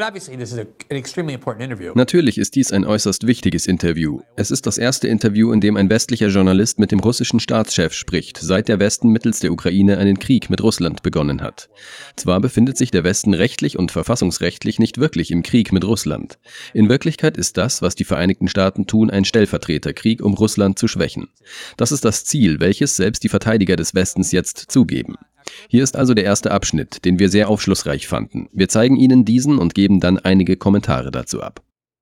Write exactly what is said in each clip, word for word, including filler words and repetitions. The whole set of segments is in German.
Natürlich ist dies ein äußerst wichtiges Interview. Es ist das erste Interview, in dem ein westlicher Journalist mit dem russischen Staatschef spricht, seit der Westen mittels der Ukraine einen Krieg mit Russland begonnen hat. Zwar befindet sich der Westen rechtlich und verfassungsrechtlich nicht wirklich im Krieg mit Russland. In Wirklichkeit ist das, was die Vereinigten Staaten tun, ein Stellvertreterkrieg, um Russland zu schwächen. Das ist das Ziel, welches selbst die Verteidiger des Westens jetzt zugeben. Hier ist also der erste Abschnitt, den wir sehr aufschlussreich fanden. Wir zeigen Ihnen diesen und geben dann einige Kommentare dazu ab.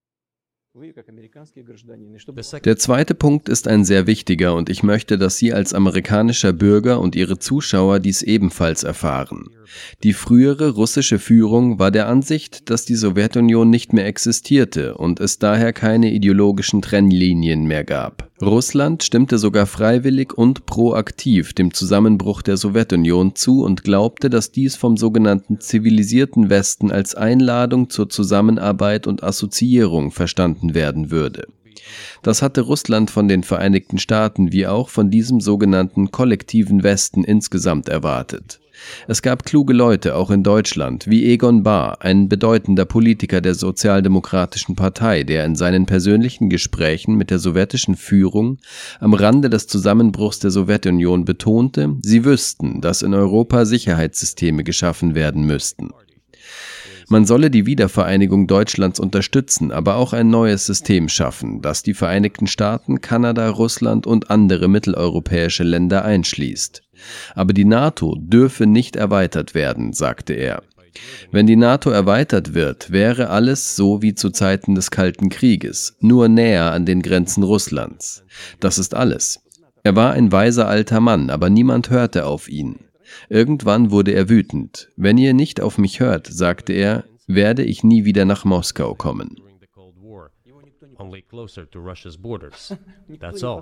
Der zweite Punkt ist ein sehr wichtiger und ich möchte, dass Sie als amerikanischer Bürger und Ihre Zuschauer dies ebenfalls erfahren. Die frühere russische Führung war der Ansicht, dass die Sowjetunion nicht mehr existierte und es daher keine ideologischen Trennlinien mehr gab. Russland stimmte sogar freiwillig und proaktiv dem Zusammenbruch der Sowjetunion zu und glaubte, dass dies vom sogenannten zivilisierten Westen als Einladung zur Zusammenarbeit und Assoziierung verstanden werden würde. Das hatte Russland von den Vereinigten Staaten wie auch von diesem sogenannten kollektiven Westen insgesamt erwartet. Es gab kluge Leute, auch in Deutschland, wie Egon Bahr, ein bedeutender Politiker der Sozialdemokratischen Partei, der in seinen persönlichen Gesprächen mit der sowjetischen Führung am Rande des Zusammenbruchs der Sowjetunion betonte, sie wüssten, dass in Europa Sicherheitssysteme geschaffen werden müssten. Man solle die Wiedervereinigung Deutschlands unterstützen, aber auch ein neues System schaffen, das die Vereinigten Staaten, Kanada, Russland und andere mitteleuropäische Länder einschließt. Aber die NATO dürfe nicht erweitert werden, sagte er. Wenn die NATO erweitert wird, wäre alles so wie zu Zeiten des Kalten Krieges, nur näher an den Grenzen Russlands. Das ist alles. Er war ein weiser alter Mann, aber niemand hörte auf ihn. Irgendwann wurde er wütend. Wenn ihr nicht auf mich hört, sagte er, werde ich nie wieder nach Moskau kommen. Only closer to Russia's borders. That's all.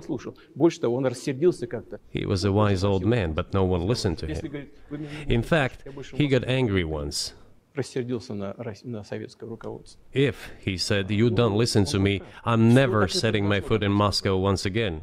He was a wise old man, but no one listened to him. In fact, he got angry once. If, he said, you don't listen to me, I'm never setting my foot in Moscow once again.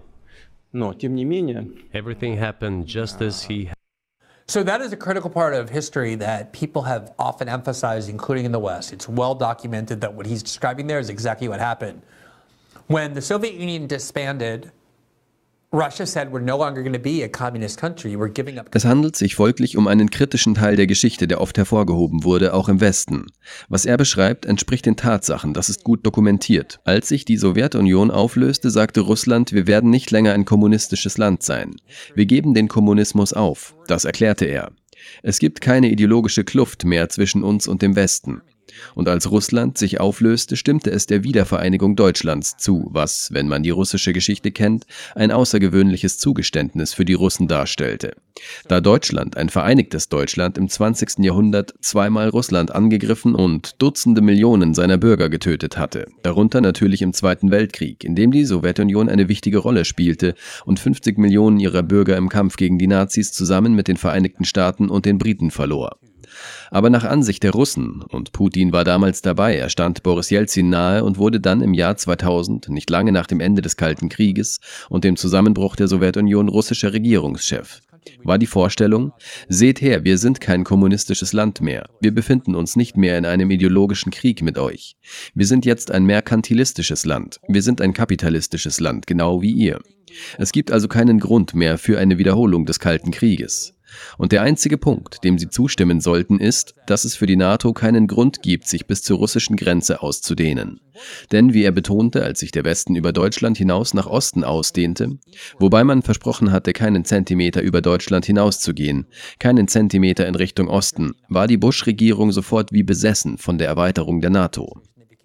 Everything happened just as he had. So that is a critical part of history that people have often emphasized, including in the West. It's well documented that what he's describing there is exactly what happened. When the Soviet Union disbanded, Russia said we're no longer going to be a communist country. We're giving up. Es handelt sich folglich um einen kritischen Teil der Geschichte, der oft hervorgehoben wurde, auch im Westen. Was er beschreibt, entspricht den Tatsachen, das ist gut dokumentiert. Als sich die Sowjetunion auflöste, sagte Russland, wir werden nicht länger ein kommunistisches Land sein. Wir geben den Kommunismus auf. Das erklärte er. Es gibt keine ideologische Kluft mehr zwischen uns und dem Westen. Und als Russland sich auflöste, stimmte es der Wiedervereinigung Deutschlands zu, was, wenn man die russische Geschichte kennt, ein außergewöhnliches Zugeständnis für die Russen darstellte. Da Deutschland, ein vereinigtes Deutschland, im zwanzigsten Jahrhundert zweimal Russland angegriffen und Dutzende Millionen seiner Bürger getötet hatte, darunter natürlich im Zweiten Weltkrieg, in dem die Sowjetunion eine wichtige Rolle spielte und fünfzig Millionen ihrer Bürger im Kampf gegen die Nazis zusammen mit den Vereinigten Staaten und den Briten verlor. Aber nach Ansicht der Russen, und Putin war damals dabei, er stand Boris Jelzin nahe und wurde dann im Jahr zweitausend, nicht lange nach dem Ende des Kalten Krieges und dem Zusammenbruch der Sowjetunion, russischer Regierungschef. War die Vorstellung, seht her, wir sind kein kommunistisches Land mehr, wir befinden uns nicht mehr in einem ideologischen Krieg mit euch. Wir sind jetzt ein merkantilistisches Land, wir sind ein kapitalistisches Land, genau wie ihr. Es gibt also keinen Grund mehr für eine Wiederholung des Kalten Krieges. Und der einzige Punkt, dem Sie zustimmen sollten, ist, dass es für die NATO keinen Grund gibt, sich bis zur russischen Grenze auszudehnen. Denn, wie er betonte, als sich der Westen über Deutschland hinaus nach Osten ausdehnte, wobei man versprochen hatte, keinen Zentimeter über Deutschland hinauszugehen, keinen Zentimeter in Richtung Osten, war die Bush-Regierung sofort wie besessen von der Erweiterung der NATO.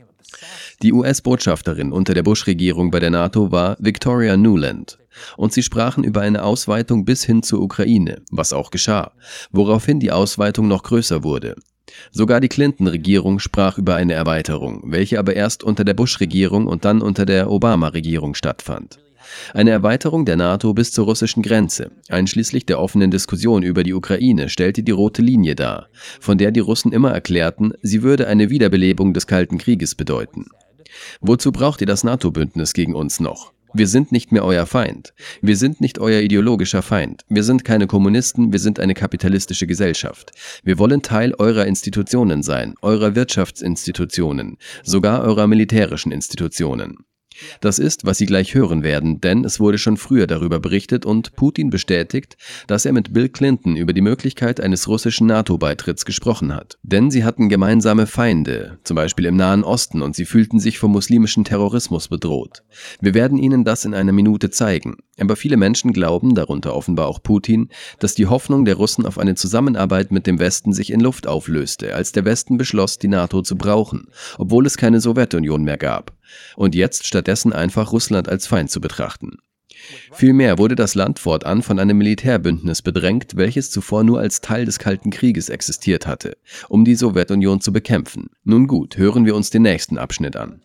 Die U S-Botschafterin unter der Bush-Regierung bei der NATO war Victoria Nuland. Und sie sprachen über eine Ausweitung bis hin zur Ukraine, was auch geschah, woraufhin die Ausweitung noch größer wurde. Sogar die Clinton-Regierung sprach über eine Erweiterung, welche aber erst unter der Bush-Regierung und dann unter der Obama-Regierung stattfand. Eine Erweiterung der NATO bis zur russischen Grenze, einschließlich der offenen Diskussion über die Ukraine, stellte die rote Linie dar, von der die Russen immer erklärten, sie würde eine Wiederbelebung des Kalten Krieges bedeuten. Wozu braucht ihr das NATO-Bündnis gegen uns noch? Wir sind nicht mehr euer Feind. Wir sind nicht euer ideologischer Feind. Wir sind keine Kommunisten, wir sind eine kapitalistische Gesellschaft. Wir wollen Teil eurer Institutionen sein, eurer Wirtschaftsinstitutionen, sogar eurer militärischen Institutionen. Das ist, was Sie gleich hören werden, denn es wurde schon früher darüber berichtet und Putin bestätigt, dass er mit Bill Clinton über die Möglichkeit eines russischen NATO-Beitritts gesprochen hat. Denn sie hatten gemeinsame Feinde, zum Beispiel im Nahen Osten, und sie fühlten sich vom muslimischen Terrorismus bedroht. Wir werden Ihnen das in einer Minute zeigen. Aber viele Menschen glauben, darunter offenbar auch Putin, dass die Hoffnung der Russen auf eine Zusammenarbeit mit dem Westen sich in Luft auflöste, als der Westen beschloss, die NATO zu brauchen, obwohl es keine Sowjetunion mehr gab. Und jetzt stattdessen einfach Russland als Feind zu betrachten. Vielmehr wurde das Land fortan von einem Militärbündnis bedrängt, welches zuvor nur als Teil des Kalten Krieges existiert hatte, um die Sowjetunion zu bekämpfen. Nun gut, hören wir uns den nächsten Abschnitt an.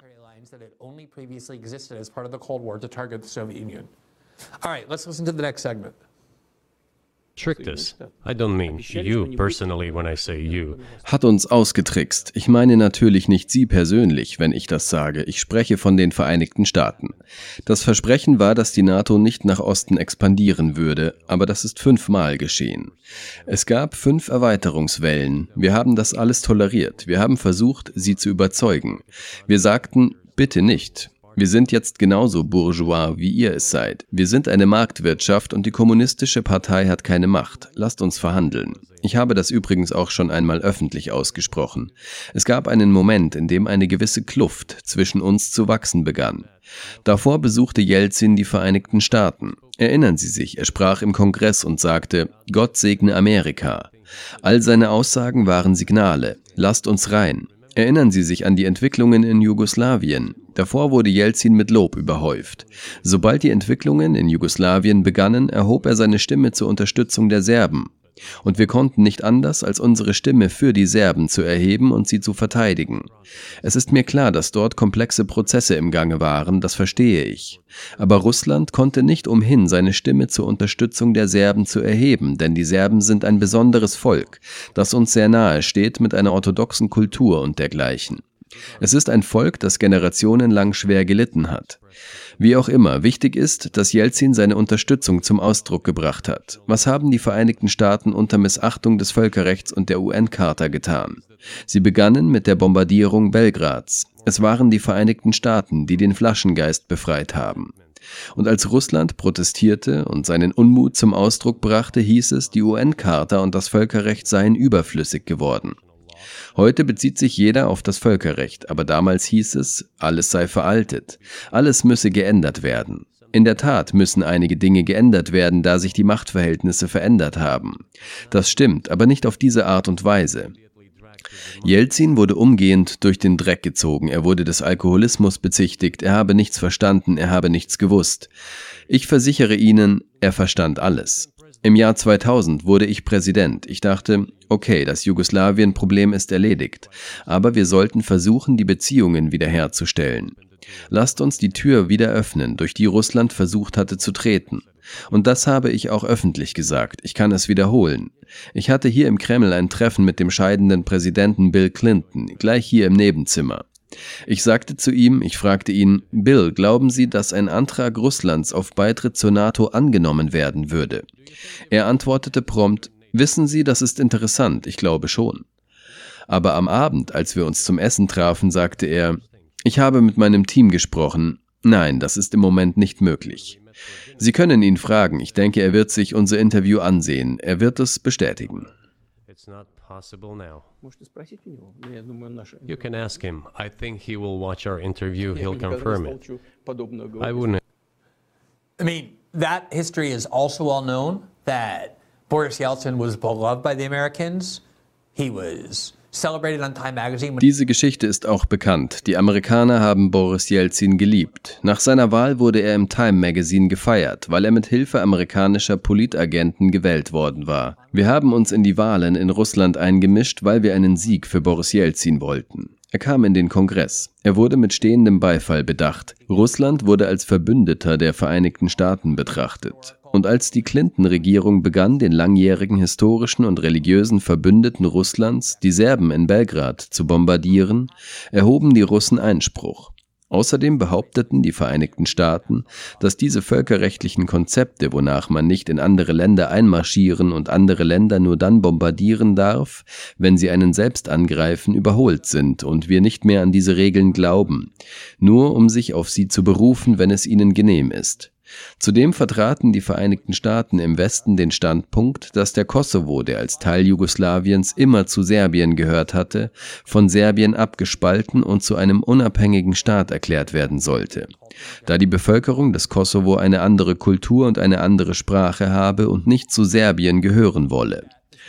All right, let's listen to the next segment. Tricked us. I don't mean you personally when I say you. Hat uns ausgetrickst. Ich meine natürlich nicht Sie persönlich, wenn ich das sage. Ich spreche von den Vereinigten Staaten. Das Versprechen war, dass die NATO nicht nach Osten expandieren würde, aber das ist fünfmal geschehen. Es gab fünf Erweiterungswellen. Wir haben das alles toleriert. Wir haben versucht, Sie zu überzeugen. Wir sagten, bitte nicht. Wir sind jetzt genauso bourgeois, wie ihr es seid. Wir sind eine Marktwirtschaft und die kommunistische Partei hat keine Macht. Lasst uns verhandeln. Ich habe das übrigens auch schon einmal öffentlich ausgesprochen. Es gab einen Moment, in dem eine gewisse Kluft zwischen uns zu wachsen begann. Davor besuchte Jelzin die Vereinigten Staaten. Erinnern Sie sich, er sprach im Kongress und sagte, Gott segne Amerika. All seine Aussagen waren Signale. Lasst uns rein. Erinnern Sie sich an die Entwicklungen in Jugoslawien. Davor wurde Jelzin mit Lob überhäuft. Sobald die Entwicklungen in Jugoslawien begannen, erhob er seine Stimme zur Unterstützung der Serben. Und wir konnten nicht anders, als unsere Stimme für die Serben zu erheben und sie zu verteidigen. Es ist mir klar, dass dort komplexe Prozesse im Gange waren, das verstehe ich. Aber Russland konnte nicht umhin, seine Stimme zur Unterstützung der Serben zu erheben, denn die Serben sind ein besonderes Volk, das uns sehr nahe steht mit einer orthodoxen Kultur und dergleichen. Es ist ein Volk, das generationenlang schwer gelitten hat. Wie auch immer, wichtig ist, dass Jelzin seine Unterstützung zum Ausdruck gebracht hat. Was haben die Vereinigten Staaten unter Missachtung des Völkerrechts und der U N-Charta getan? Sie begannen mit der Bombardierung Belgrads. Es waren die Vereinigten Staaten, die den Flaschengeist befreit haben. Und als Russland protestierte und seinen Unmut zum Ausdruck brachte, hieß es, die U N-Charta und das Völkerrecht seien überflüssig geworden. Heute bezieht sich jeder auf das Völkerrecht, aber damals hieß es, alles sei veraltet, alles müsse geändert werden. In der Tat müssen einige Dinge geändert werden, da sich die Machtverhältnisse verändert haben. Das stimmt, aber nicht auf diese Art und Weise. Jelzin wurde umgehend durch den Dreck gezogen, er wurde des Alkoholismus bezichtigt, er habe nichts verstanden, er habe nichts gewusst. Ich versichere Ihnen, er verstand alles. Im Jahr zweitausend wurde ich Präsident. Ich dachte, okay, das Jugoslawien-Problem ist erledigt, aber wir sollten versuchen, die Beziehungen wiederherzustellen. Lasst uns die Tür wieder öffnen, durch die Russland versucht hatte zu treten. Und das habe ich auch öffentlich gesagt. Ich kann es wiederholen. Ich hatte hier im Kreml ein Treffen mit dem scheidenden Präsidenten Bill Clinton, gleich hier im Nebenzimmer. Ich sagte zu ihm, ich fragte ihn, Bill, glauben Sie, dass ein Antrag Russlands auf Beitritt zur NATO angenommen werden würde? Er antwortete prompt, wissen Sie, das ist interessant, ich glaube schon. Aber am Abend, als wir uns zum Essen trafen, sagte er, ich habe mit meinem Team gesprochen, nein, das ist im Moment nicht möglich. Sie können ihn fragen, ich denke, er wird sich unser Interview ansehen, er wird es bestätigen. It's not possible now. You can ask him. I think he will watch our interview. He'll confirm it. I wouldn't. I mean, that history is also well known, that Boris Yeltsin was beloved by the Americans. He was celebrated on Time Magazine. Diese Geschichte ist auch bekannt. Die Amerikaner haben Boris Jelzin geliebt. Nach seiner Wahl wurde er im Time Magazine gefeiert, weil er mit Hilfe amerikanischer Politagenten gewählt worden war. Wir haben uns in die Wahlen in Russland eingemischt, weil wir einen Sieg für Boris Jelzin wollten. Er kam in den Kongress. Er wurde mit stehendem Beifall bedacht. Russland wurde als Verbündeter der Vereinigten Staaten betrachtet. Und als die Clinton-Regierung begann, den langjährigen historischen und religiösen Verbündeten Russlands, die Serben in Belgrad, zu bombardieren, erhoben die Russen Einspruch. Außerdem behaupteten die Vereinigten Staaten, dass diese völkerrechtlichen Konzepte, wonach man nicht in andere Länder einmarschieren und andere Länder nur dann bombardieren darf, wenn sie einen selbst angreifen, überholt sind und wir nicht mehr an diese Regeln glauben, nur um sich auf sie zu berufen, wenn es ihnen genehm ist. Zudem vertraten die Vereinigten Staaten im Westen den Standpunkt, dass der Kosovo, der als Teil Jugoslawiens immer zu Serbien gehört hatte, von Serbien abgespalten und zu einem unabhängigen Staat erklärt werden sollte, da die Bevölkerung des Kosovo eine andere Kultur und eine andere Sprache habe und nicht zu Serbien gehören wolle.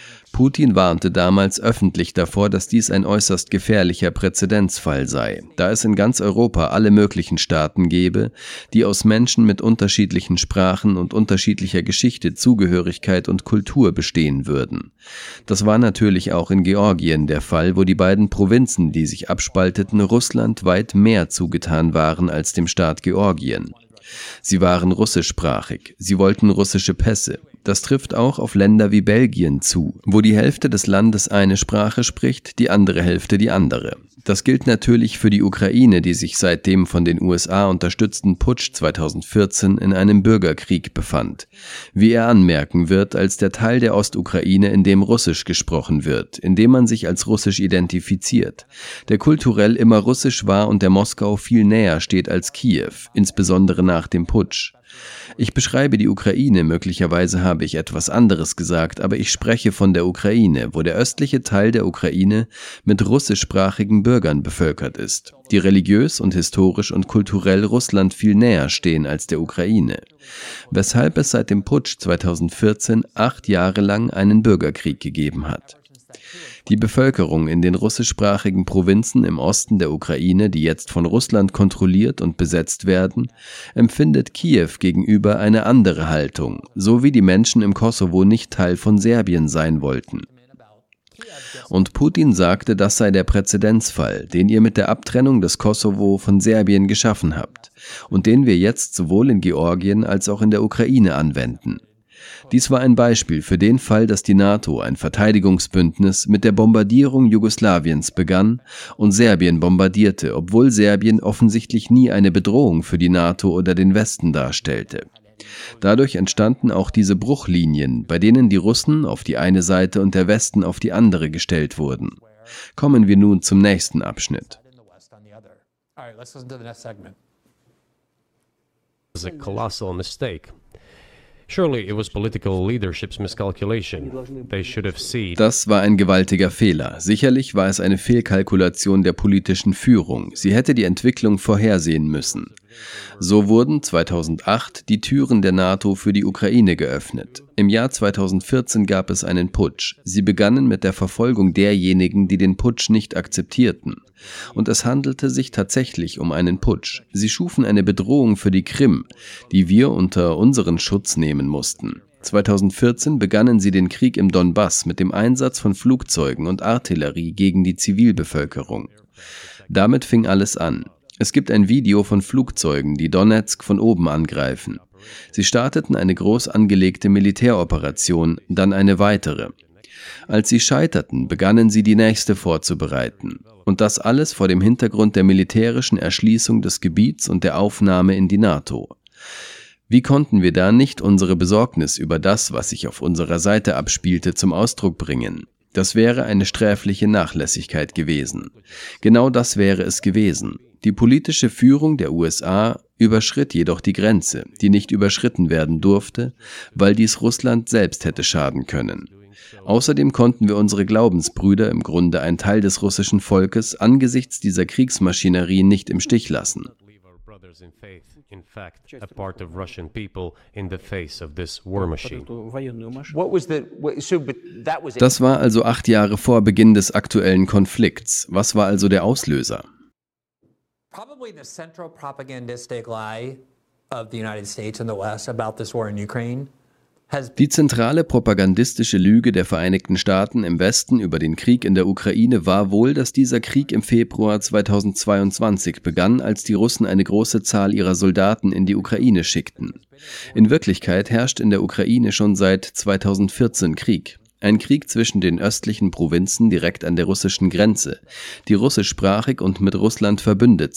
Putin warnte damals öffentlich davor, dass dies ein äußerst gefährlicher Präzedenzfall sei, da es in ganz Europa alle möglichen Staaten gäbe, die aus Menschen mit unterschiedlichen Sprachen und unterschiedlicher Geschichte, Zugehörigkeit und Kultur bestehen würden. Das war natürlich auch in Georgien der Fall, wo die beiden Provinzen, die sich abspalteten, Russland weit mehr zugetan waren als dem Staat Georgien. Sie waren russischsprachig, sie wollten russische Pässe. Das trifft auch auf Länder wie Belgien zu, wo die Hälfte des Landes eine Sprache spricht, die andere Hälfte die andere. Das gilt natürlich für die Ukraine, die sich seit dem von den U S A unterstützten Putsch zweitausendvierzehn in einem Bürgerkrieg befand. Wie er anmerken wird, als der Teil der Ostukraine, in dem Russisch gesprochen wird, in dem man sich als russisch identifiziert, der kulturell immer russisch war und der Moskau viel näher steht als Kiew, insbesondere nach dem Putsch. Ich beschreibe die Ukraine, möglicherweise habe ich etwas anderes gesagt, aber ich spreche von der Ukraine, wo der östliche Teil der Ukraine mit russischsprachigen Bürgern bevölkert ist, die religiös und historisch und kulturell Russland viel näher stehen als der Ukraine, weshalb es seit dem Putsch zweitausendvierzehn acht Jahre lang einen Bürgerkrieg gegeben hat. Die Bevölkerung in den russischsprachigen Provinzen im Osten der Ukraine, die jetzt von Russland kontrolliert und besetzt werden, empfindet Kiew gegenüber eine andere Haltung, so wie die Menschen im Kosovo nicht Teil von Serbien sein wollten. Und Putin sagte, das sei der Präzedenzfall, den ihr mit der Abtrennung des Kosovo von Serbien geschaffen habt und den wir jetzt sowohl in Georgien als auch in der Ukraine anwenden. Dies war ein Beispiel für den Fall, dass die NATO, ein Verteidigungsbündnis, mit der Bombardierung Jugoslawiens begann und Serbien bombardierte, obwohl Serbien offensichtlich nie eine Bedrohung für die NATO oder den Westen darstellte. Dadurch entstanden auch diese Bruchlinien, bei denen die Russen auf die eine Seite und der Westen auf die andere gestellt wurden. Kommen wir nun zum nächsten Abschnitt. It's a colossal mistake. Surely it was political leadership's miscalculation. They should have seen. Das war ein gewaltiger Fehler. Sicherlich war es eine Fehlkalkulation der politischen Führung. Sie hätte die Entwicklung vorhersehen müssen. So wurden zweitausendacht die Türen der NATO für die Ukraine geöffnet. Im Jahr zweitausendvierzehn gab es einen Putsch. Sie begannen mit der Verfolgung derjenigen, die den Putsch nicht akzeptierten. Und es handelte sich tatsächlich um einen Putsch. Sie schufen eine Bedrohung für die Krim, die wir unter unseren Schutz nehmen mussten. zweitausendvierzehn begannen sie den Krieg im Donbass mit dem Einsatz von Flugzeugen und Artillerie gegen die Zivilbevölkerung. Damit fing alles an. Es gibt ein Video von Flugzeugen, die Donetsk von oben angreifen. Sie starteten eine groß angelegte Militäroperation, dann eine weitere. Als sie scheiterten, begannen sie die nächste vorzubereiten. Und das alles vor dem Hintergrund der militärischen Erschließung des Gebiets und der Aufnahme in die NATO. Wie konnten wir da nicht unsere Besorgnis über das, was sich auf unserer Seite abspielte, zum Ausdruck bringen? Das wäre eine sträfliche Nachlässigkeit gewesen. Genau das wäre es gewesen. Die politische Führung der U S A überschritt jedoch die Grenze, die nicht überschritten werden durfte, weil dies Russland selbst hätte schaden können. Außerdem konnten wir unsere Glaubensbrüder, im Grunde ein Teil des russischen Volkes, angesichts dieser Kriegsmaschinerie nicht im Stich lassen. Das war also acht Jahre vor Beginn des aktuellen Konflikts. Was war also der Auslöser? Probably the central propagandistic lie of the United States and the West about this war in Ukraine. Die zentrale propagandistische Lüge der Vereinigten Staaten im Westen über den Krieg in der Ukraine war wohl, dass dieser Krieg im Februar zweitausendzweiundzwanzig begann, als die Russen eine große Zahl ihrer Soldaten in die Ukraine schickten. In Wirklichkeit herrscht in der Ukraine schon seit zweitausendvierzehn Krieg. Ein Krieg zwischen den östlichen Provinzen direkt an der russischen Grenze, die russischsprachig und mit Russland verbündet sind.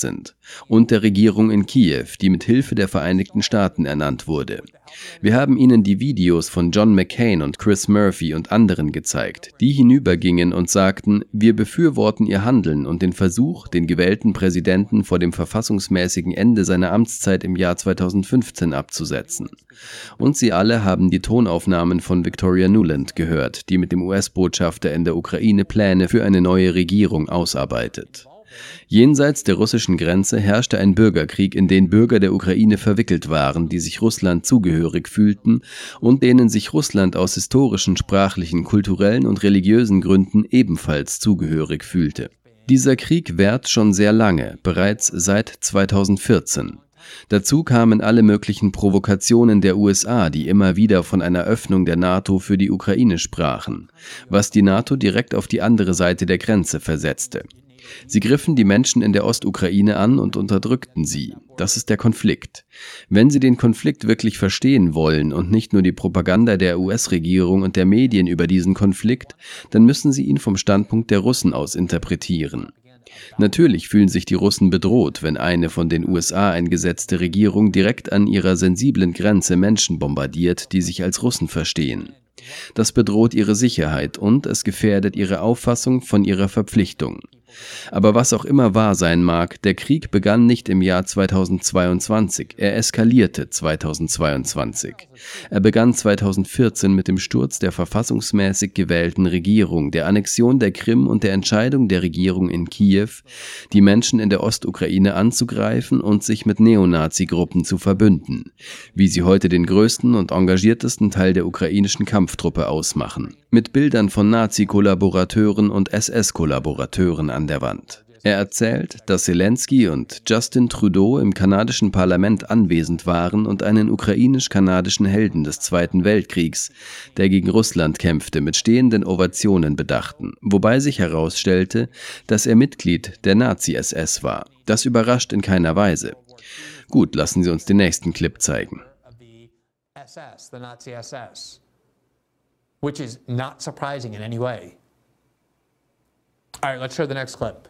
und der Regierung in Kiew, die mit Hilfe der Vereinigten Staaten ernannt wurde. Wir haben Ihnen die Videos von John McCain und Chris Murphy und anderen gezeigt, die hinübergingen und sagten, wir befürworten ihr Handeln und den Versuch, den gewählten Präsidenten vor dem verfassungsmäßigen Ende seiner Amtszeit im Jahr zweitausendfünfzehn abzusetzen. Und sie alle haben die Tonaufnahmen von Victoria Nuland gehört, die mit dem U S-Botschafter in der Ukraine Pläne für eine neue Regierung ausarbeitet. Jenseits der russischen Grenze herrschte ein Bürgerkrieg, in den Bürger der Ukraine verwickelt waren, die sich Russland zugehörig fühlten und denen sich Russland aus historischen, sprachlichen, kulturellen und religiösen Gründen ebenfalls zugehörig fühlte. Dieser Krieg währt schon sehr lange, bereits seit zweitausendvierzehn. Dazu kamen alle möglichen Provokationen der U S A, die immer wieder von einer Öffnung der NATO für die Ukraine sprachen, was die NATO direkt auf die andere Seite der Grenze versetzte. Sie griffen die Menschen in der Ostukraine an und unterdrückten sie. Das ist der Konflikt. Wenn Sie den Konflikt wirklich verstehen wollen und nicht nur die Propaganda der U S-Regierung und der Medien über diesen Konflikt, dann müssen Sie ihn vom Standpunkt der Russen aus interpretieren. Natürlich fühlen sich die Russen bedroht, wenn eine von den U S A eingesetzte Regierung direkt an ihrer sensiblen Grenze Menschen bombardiert, die sich als Russen verstehen. Das bedroht ihre Sicherheit und es gefährdet ihre Auffassung von ihrer Verpflichtung. Aber was auch immer wahr sein mag, der Krieg begann nicht im Jahr zweitausendzweiundzwanzig, er eskalierte zweitausendzweiundzwanzig. Er begann zweitausendvierzehn mit dem Sturz der verfassungsmäßig gewählten Regierung, der Annexion der Krim und der Entscheidung der Regierung in Kiew, die Menschen in der Ostukraine anzugreifen und sich mit Neonazi-Gruppen zu verbünden, wie sie heute den größten und engagiertesten Teil der ukrainischen Kampftruppe ausmachen, mit Bildern von Nazi-Kollaborateuren und S S-Kollaborateuren an der Wand. Er erzählt, dass Zelensky und Justin Trudeau im kanadischen Parlament anwesend waren und einen ukrainisch-kanadischen Helden des Zweiten Weltkriegs, der gegen Russland kämpfte, mit stehenden Ovationen bedachten, wobei sich herausstellte, dass er Mitglied der Nazi-S S war. Das überrascht in keiner Weise. Gut, lassen Sie uns den nächsten Clip zeigen. S S, the Nazi S S, which is not surprising in any way. All right, let's show the next clip.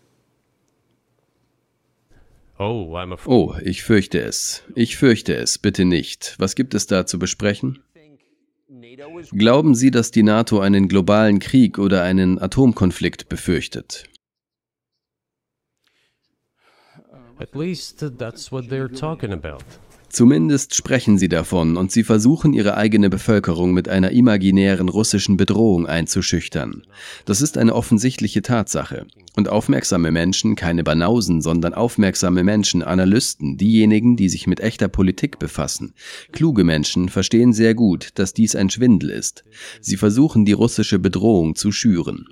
Oh, I'm afraid. Oh, ich fürchte es. Ich fürchte es, bitte nicht. Was gibt es da zu besprechen? Glauben Sie, dass die NATO einen globalen Krieg oder einen Atomkonflikt befürchtet? At least that's what they're talking about. Zumindest sprechen sie davon und sie versuchen, ihre eigene Bevölkerung mit einer imaginären russischen Bedrohung einzuschüchtern. Das ist eine offensichtliche Tatsache. Und aufmerksame Menschen, keine Banausen, sondern aufmerksame Menschen, Analysten, diejenigen, die sich mit echter Politik befassen, kluge Menschen verstehen sehr gut, dass dies ein Schwindel ist. Sie versuchen, die russische Bedrohung zu schüren.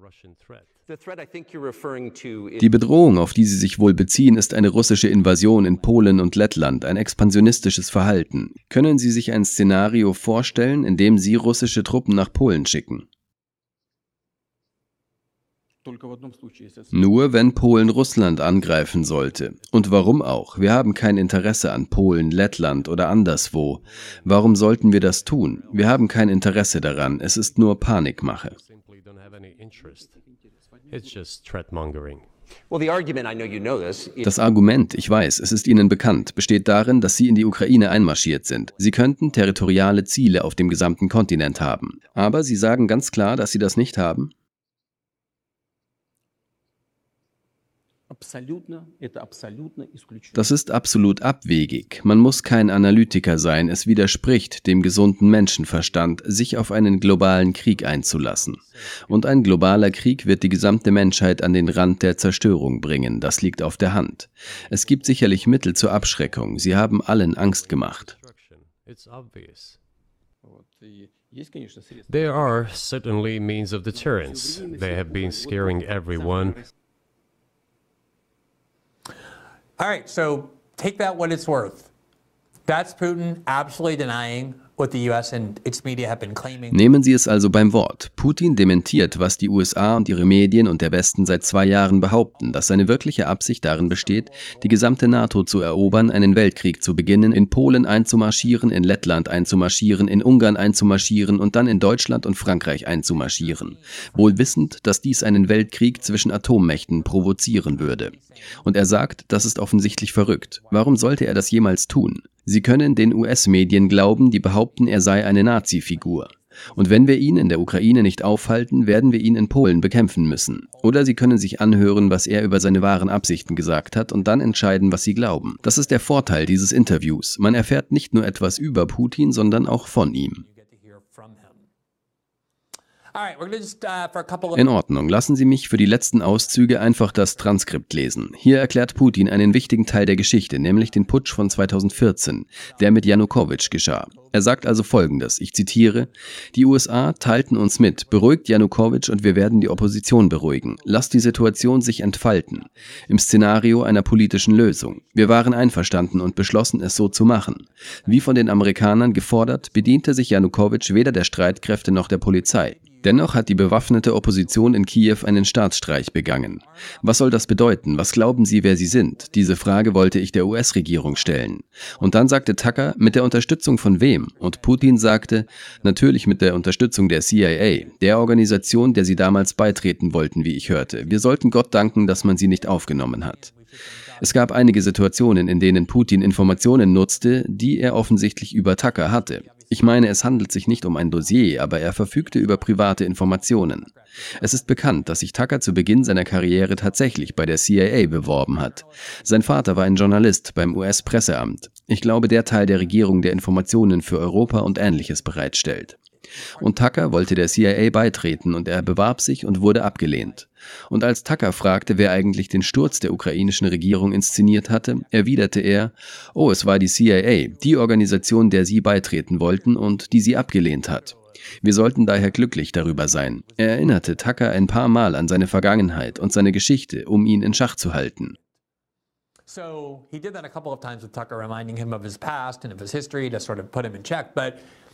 Die Bedrohung, auf die Sie sich wohl beziehen, ist eine russische Invasion in Polen und Lettland, ein expansionistisches Verhalten. Können Sie sich ein Szenario vorstellen, in dem Sie russische Truppen nach Polen schicken? Nur wenn Polen Russland angreifen sollte. Und warum auch? Wir haben kein Interesse an Polen, Lettland oder anderswo. Warum sollten wir das tun? Wir haben kein Interesse daran. Es ist nur Panikmache. It's just threat-mongering. Das Argument, ich weiß, es ist Ihnen bekannt, besteht darin, dass Sie in die Ukraine einmarschiert sind. Sie könnten territoriale Ziele auf dem gesamten Kontinent haben. Aber Sie sagen ganz klar, dass Sie das nicht haben? Das ist absolut abwegig. Man muss kein Analytiker sein. Es widerspricht dem gesunden Menschenverstand, sich auf einen globalen Krieg einzulassen. Und ein globaler Krieg wird die gesamte Menschheit an den Rand der Zerstörung bringen. Das liegt auf der Hand. Es gibt sicherlich Mittel zur Abschreckung. Sie haben allen Angst gemacht. There are certainly means of deterrence. They have been scaring everyone. All right, so take that what it's worth. That's Putin absolutely denying what the U S and its media have been claiming. Nehmen Sie es also beim Wort. Putin dementiert, was die U S A und ihre Medien und der Westen seit zwei Jahren behaupten, dass seine wirkliche Absicht darin besteht, die gesamte NATO zu erobern, einen Weltkrieg zu beginnen, in Polen einzumarschieren, in Lettland einzumarschieren, in Ungarn einzumarschieren und dann in Deutschland und Frankreich einzumarschieren. Wohl wissend, dass dies einen Weltkrieg zwischen Atommächten provozieren würde. Und er sagt, das ist offensichtlich verrückt. Warum sollte er das jemals tun? Sie können den U S-Medien glauben, die behaupten, er sei eine Nazi-Figur. Und wenn wir ihn in der Ukraine nicht aufhalten, werden wir ihn in Polen bekämpfen müssen. Oder Sie können sich anhören, was er über seine wahren Absichten gesagt hat und dann entscheiden, was Sie glauben. Das ist der Vorteil dieses Interviews. Man erfährt nicht nur etwas über Putin, sondern auch von ihm. In Ordnung, lassen Sie mich für die letzten Auszüge einfach das Transkript lesen. Hier erklärt Putin einen wichtigen Teil der Geschichte, nämlich den Putsch von zweitausendvierzehn, der mit Janukowitsch geschah. Er sagt also Folgendes, ich zitiere: Die U S A teilten uns mit, beruhigt Janukowitsch und wir werden die Opposition beruhigen. Lasst die Situation sich entfalten. Im Szenario einer politischen Lösung. Wir waren einverstanden und beschlossen, es so zu machen. Wie von den Amerikanern gefordert, bediente sich Janukowitsch weder der Streitkräfte noch der Polizei. Dennoch hat die bewaffnete Opposition in Kiew einen Staatsstreich begangen. Was soll das bedeuten? Was glauben Sie, wer Sie sind? Diese Frage wollte ich der U S-Regierung stellen. Und dann sagte Tucker, mit der Unterstützung von wem? Und Putin sagte, natürlich mit der Unterstützung der C I A, der Organisation, der Sie damals beitreten wollten, wie ich hörte. Wir sollten Gott danken, dass man sie nicht aufgenommen hat. Es gab einige Situationen, in denen Putin Informationen nutzte, die er offensichtlich über Tucker hatte. Ich meine, es handelt sich nicht um ein Dossier, aber er verfügte über private Informationen. Es ist bekannt, dass sich Tucker zu Beginn seiner Karriere tatsächlich bei der C I A beworben hat. Sein Vater war ein Journalist beim U S-Presseamt. Ich glaube, der Teil der Regierung, der Informationen für Europa und Ähnliches bereitstellt. Und Tucker wollte der C I A beitreten und er bewarb sich und wurde abgelehnt. Und als Tucker fragte, wer eigentlich den Sturz der ukrainischen Regierung inszeniert hatte, erwiderte er, oh, es war die C I A, die Organisation, der Sie beitreten wollten und die sie abgelehnt hat. Wir sollten daher glücklich darüber sein. Er erinnerte Tucker ein paar Mal an seine Vergangenheit und seine Geschichte, um ihn in Schach zu halten. So he did that a couple of times with Tucker, reminding him of his past and of his history to sort of put him in check, but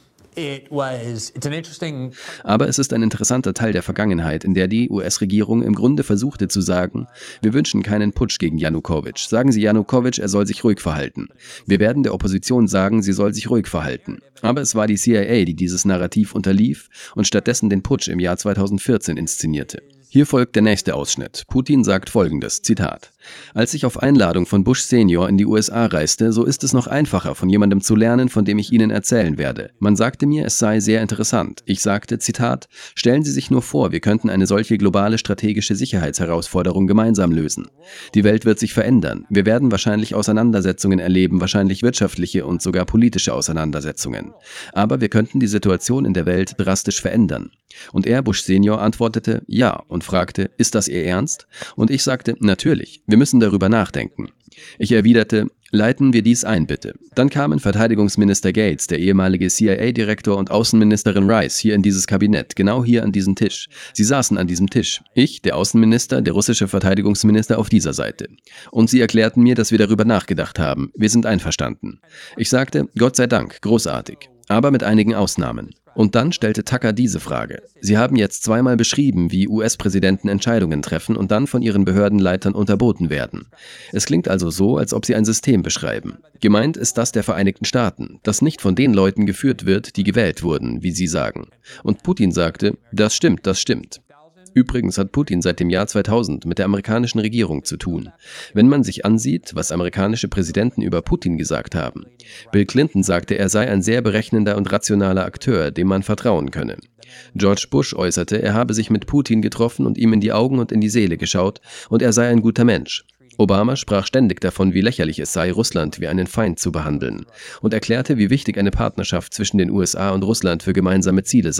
It was, it's an interesting... Aber es ist ein interessanter Teil der Vergangenheit, in der die U S-Regierung im Grunde versuchte zu sagen, wir wünschen keinen Putsch gegen Janukowitsch. Sagen Sie Janukowitsch, er soll sich ruhig verhalten. Wir werden der Opposition sagen, sie soll sich ruhig verhalten. Aber es war die C I A, die dieses Narrativ unterlief und stattdessen den Putsch im Jahr zweitausendvierzehn inszenierte. Hier folgt der nächste Ausschnitt. Putin sagt Folgendes, Zitat: Als ich auf Einladung von Bush Senior in die U S A reiste, so ist es noch einfacher, von jemandem zu lernen, von dem ich Ihnen erzählen werde. Man sagte mir, es sei sehr interessant. Ich sagte, Zitat, stellen Sie sich nur vor, wir könnten eine solche globale strategische Sicherheitsherausforderung gemeinsam lösen. Die Welt wird sich verändern. Wir werden wahrscheinlich Auseinandersetzungen erleben, wahrscheinlich wirtschaftliche und sogar politische Auseinandersetzungen. Aber wir könnten die Situation in der Welt drastisch verändern. Und er, Bush Senior, antwortete, ja, und fragte, ist das Ihr Ernst? Und ich sagte, natürlich, wir müssen darüber nachdenken. Ich erwiderte, leiten wir dies ein, bitte. Dann kamen Verteidigungsminister Gates, der ehemalige C I A-Direktor und Außenministerin Rice hier in dieses Kabinett, genau hier an diesen Tisch. Sie saßen an diesem Tisch. Ich, der Außenminister, der russische Verteidigungsminister auf dieser Seite. Und sie erklärten mir, dass wir darüber nachgedacht haben. Wir sind einverstanden. Ich sagte, Gott sei Dank, großartig. Aber mit einigen Ausnahmen. Und dann stellte Tucker diese Frage. Sie haben jetzt zweimal beschrieben, wie U S-Präsidenten Entscheidungen treffen und dann von ihren Behördenleitern unterboten werden. Es klingt also so, als ob Sie ein System beschreiben. Gemeint ist das der Vereinigten Staaten, das nicht von den Leuten geführt wird, die gewählt wurden, wie Sie sagen. Und Putin sagte, das stimmt, das stimmt. Übrigens hat Putin seit dem Jahr zweitausend mit der amerikanischen Regierung zu tun. Wenn man sich ansieht, was amerikanische Präsidenten über Putin gesagt haben. Bill Clinton sagte, er sei ein sehr berechnender und rationaler Akteur, dem man vertrauen könne. George Bush äußerte, er habe sich mit Putin getroffen und ihm in die Augen und in die Seele geschaut und er sei ein guter Mensch. Obama sprach ständig davon, wie lächerlich es sei, Russland wie einen Feind zu behandeln und erklärte, wie wichtig eine Partnerschaft zwischen den U S A und Russland für gemeinsame Ziele sei.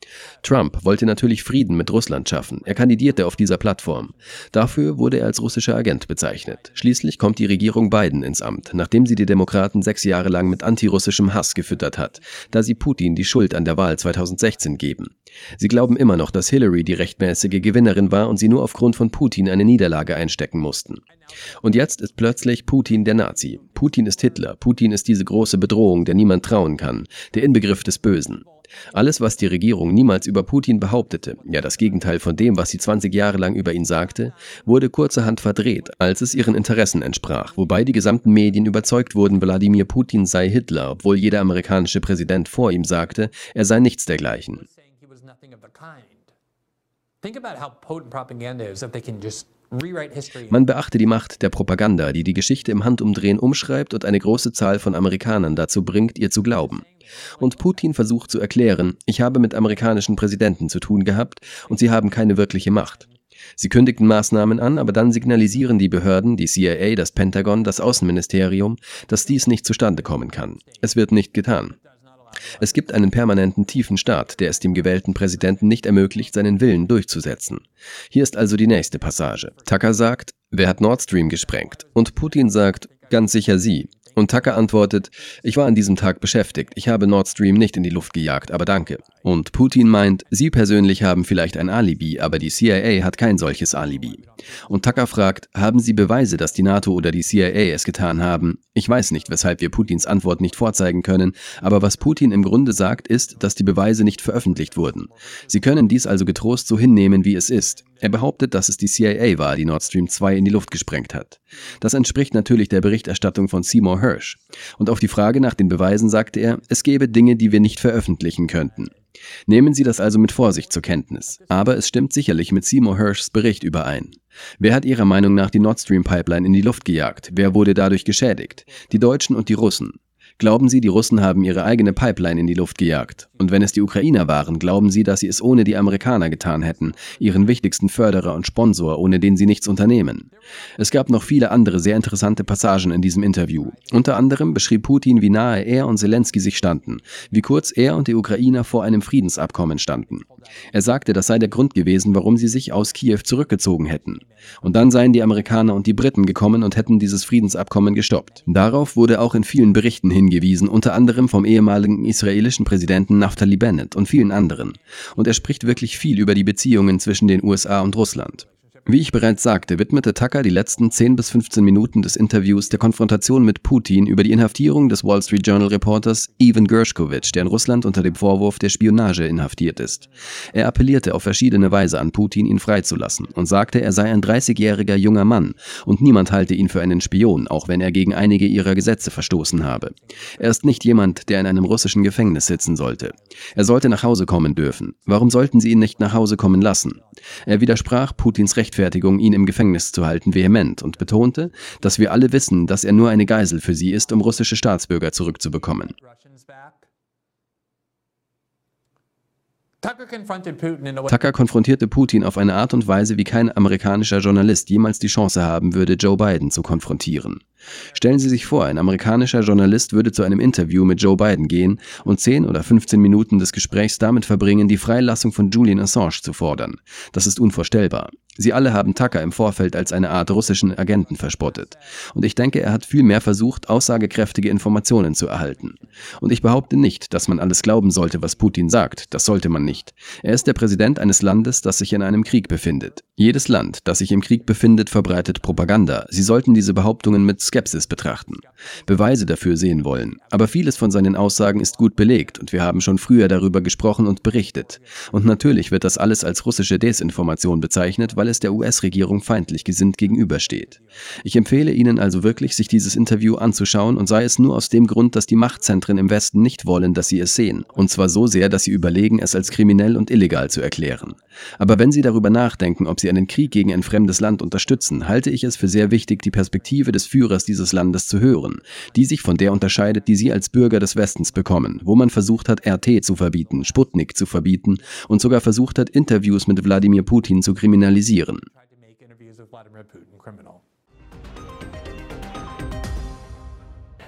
Trump wollte natürlich Frieden mit Russland schaffen. Er kandidierte auf dieser Plattform. Dafür wurde er als russischer Agent bezeichnet. Schließlich kommt die Regierung Biden ins Amt, nachdem sie die Demokraten sechs Jahre lang mit antirussischem Hass gefüttert hat, da sie Putin die Schuld an der Wahl zweitausendsechzehn geben. Sie glauben immer noch, dass Hillary die rechtmäßige Gewinnerin war und sie nur aufgrund von Putin eine Niederlage einstecken mussten. Und jetzt ist plötzlich Putin der Nazi. Putin ist Hitler. Putin ist diese große Bedrohung, der niemand trauen kann. Der Inbegriff des Bösen. Alles, was die Regierung niemals über Putin behauptete, ja das Gegenteil von dem, was sie zwanzig Jahre lang über ihn sagte, wurde kurzerhand verdreht, als es ihren Interessen entsprach, wobei die gesamten Medien überzeugt wurden, Wladimir Putin sei Hitler, obwohl jeder amerikanische Präsident vor ihm sagte, er sei nichts dergleichen. Man beachte die Macht der Propaganda, die die Geschichte im Handumdrehen umschreibt und eine große Zahl von Amerikanern dazu bringt, ihr zu glauben. Und Putin versucht zu erklären, ich habe mit amerikanischen Präsidenten zu tun gehabt und sie haben keine wirkliche Macht. Sie kündigten Maßnahmen an, aber dann signalisieren die Behörden, die C I A, das Pentagon, das Außenministerium, dass dies nicht zustande kommen kann. Es wird nicht getan. Es gibt einen permanenten tiefen Staat, der es dem gewählten Präsidenten nicht ermöglicht, seinen Willen durchzusetzen. Hier ist also die nächste Passage. Tucker sagt, wer hat Nord Stream gesprengt? Und Putin sagt, ganz sicher Sie. Und Tucker antwortet, ich war an diesem Tag beschäftigt, ich habe Nord Stream nicht in die Luft gejagt, aber danke. Und Putin meint, Sie persönlich haben vielleicht ein Alibi, aber die C I A hat kein solches Alibi. Und Tucker fragt, haben Sie Beweise, dass die NATO oder die C I A es getan haben? Ich weiß nicht, weshalb wir Putins Antwort nicht vorzeigen können, aber was Putin im Grunde sagt, ist, dass die Beweise nicht veröffentlicht wurden. Sie können dies also getrost so hinnehmen, wie es ist. Er behauptet, dass es die C I A war, die Nord Stream zwei in die Luft gesprengt hat. Das entspricht natürlich der Berichterstattung von Seymour Hersh. Und auf die Frage nach den Beweisen sagte er, es gäbe Dinge, die wir nicht veröffentlichen könnten. Nehmen Sie das also mit Vorsicht zur Kenntnis. Aber es stimmt sicherlich mit Seymour Hershs Bericht überein. Wer hat Ihrer Meinung nach die Nord Stream Pipeline in die Luft gejagt? Wer wurde dadurch geschädigt? Die Deutschen und die Russen. Glauben Sie, die Russen haben ihre eigene Pipeline in die Luft gejagt? Und wenn es die Ukrainer waren, glauben Sie, dass sie es ohne die Amerikaner getan hätten, ihren wichtigsten Förderer und Sponsor, ohne den sie nichts unternehmen? Es gab noch viele andere sehr interessante Passagen in diesem Interview. Unter anderem beschrieb Putin, wie nahe er und Zelensky sich standen, wie kurz er und die Ukrainer vor einem Friedensabkommen standen. Er sagte, das sei der Grund gewesen, warum sie sich aus Kiew zurückgezogen hätten. Und dann seien die Amerikaner und die Briten gekommen und hätten dieses Friedensabkommen gestoppt. Darauf wurde auch in vielen Berichten hingewiesen, unter anderem vom ehemaligen israelischen Präsidenten Naftali Bennett und vielen anderen. Und er spricht wirklich viel über die Beziehungen zwischen den U S A und Russland. Wie ich bereits sagte, widmete Tucker die letzten zehn bis fünfzehn Minuten des Interviews der Konfrontation mit Putin über die Inhaftierung des Wall Street Journal Reporters Evan Gershkovich, der in Russland unter dem Vorwurf der Spionage inhaftiert ist. Er appellierte auf verschiedene Weise an Putin, ihn freizulassen und sagte, er sei ein dreißigjähriger junger Mann und niemand halte ihn für einen Spion, auch wenn er gegen einige ihrer Gesetze verstoßen habe. Er ist nicht jemand, der in einem russischen Gefängnis sitzen sollte. Er sollte nach Hause kommen dürfen. Warum sollten sie ihn nicht nach Hause kommen lassen? Er widersprach Putins Rechtfertigung, ihn im Gefängnis zu halten, vehement und betonte, dass wir alle wissen, dass er nur eine Geisel für sie ist, um russische Staatsbürger zurückzubekommen. Tucker konfrontierte Putin auf eine Art und Weise, wie kein amerikanischer Journalist jemals die Chance haben würde, Joe Biden zu konfrontieren. Stellen Sie sich vor, ein amerikanischer Journalist würde zu einem Interview mit Joe Biden gehen und zehn oder fünfzehn Minuten des Gesprächs damit verbringen, die Freilassung von Julian Assange zu fordern. Das ist unvorstellbar. Sie alle haben Tucker im Vorfeld als eine Art russischen Agenten verspottet. Und ich denke, er hat viel mehr versucht, aussagekräftige Informationen zu erhalten. Und ich behaupte nicht, dass man alles glauben sollte, was Putin sagt. Das sollte man nicht. Er ist der Präsident eines Landes, das sich in einem Krieg befindet. Jedes Land, das sich im Krieg befindet, verbreitet Propaganda. Sie sollten diese Behauptungen mit Skepsis betrachten, Beweise dafür sehen wollen. Aber vieles von seinen Aussagen ist gut belegt und wir haben schon früher darüber gesprochen und berichtet. Und natürlich wird das alles als russische Desinformation bezeichnet, weil es der U S-Regierung feindlich gesinnt gegenübersteht. Ich empfehle Ihnen also wirklich, sich dieses Interview anzuschauen und sei es nur aus dem Grund, dass die Machtzentren im Westen nicht wollen, dass Sie es sehen. Und zwar so sehr, dass sie überlegen, es als kriminell und illegal zu erklären. Aber wenn Sie darüber nachdenken, ob Sie einen Krieg gegen ein fremdes Land unterstützen, halte ich es für sehr wichtig, die Perspektive des Führers dieses Landes zu hören, die sich von der unterscheidet, die Sie als Bürger des Westens bekommen, wo man versucht hat, R T zu verbieten, Sputnik zu verbieten und sogar versucht hat, Interviews mit Wladimir Putin zu kriminalisieren.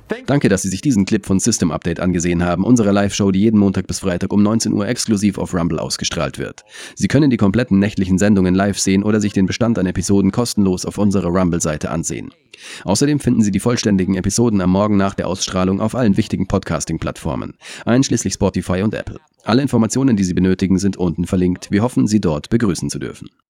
Danke, dass Sie sich diesen Clip von System Update angesehen haben, unserer Live-Show, die jeden Montag bis Freitag um neunzehn Uhr exklusiv auf Rumble ausgestrahlt wird. Sie können die kompletten nächtlichen Sendungen live sehen oder sich den Bestand an Episoden kostenlos auf unserer Rumble-Seite ansehen. Außerdem finden Sie die vollständigen Episoden am Morgen nach der Ausstrahlung auf allen wichtigen Podcasting-Plattformen, einschließlich Spotify und Apple. Alle Informationen, die Sie benötigen, sind unten verlinkt. Wir hoffen, Sie dort begrüßen zu dürfen.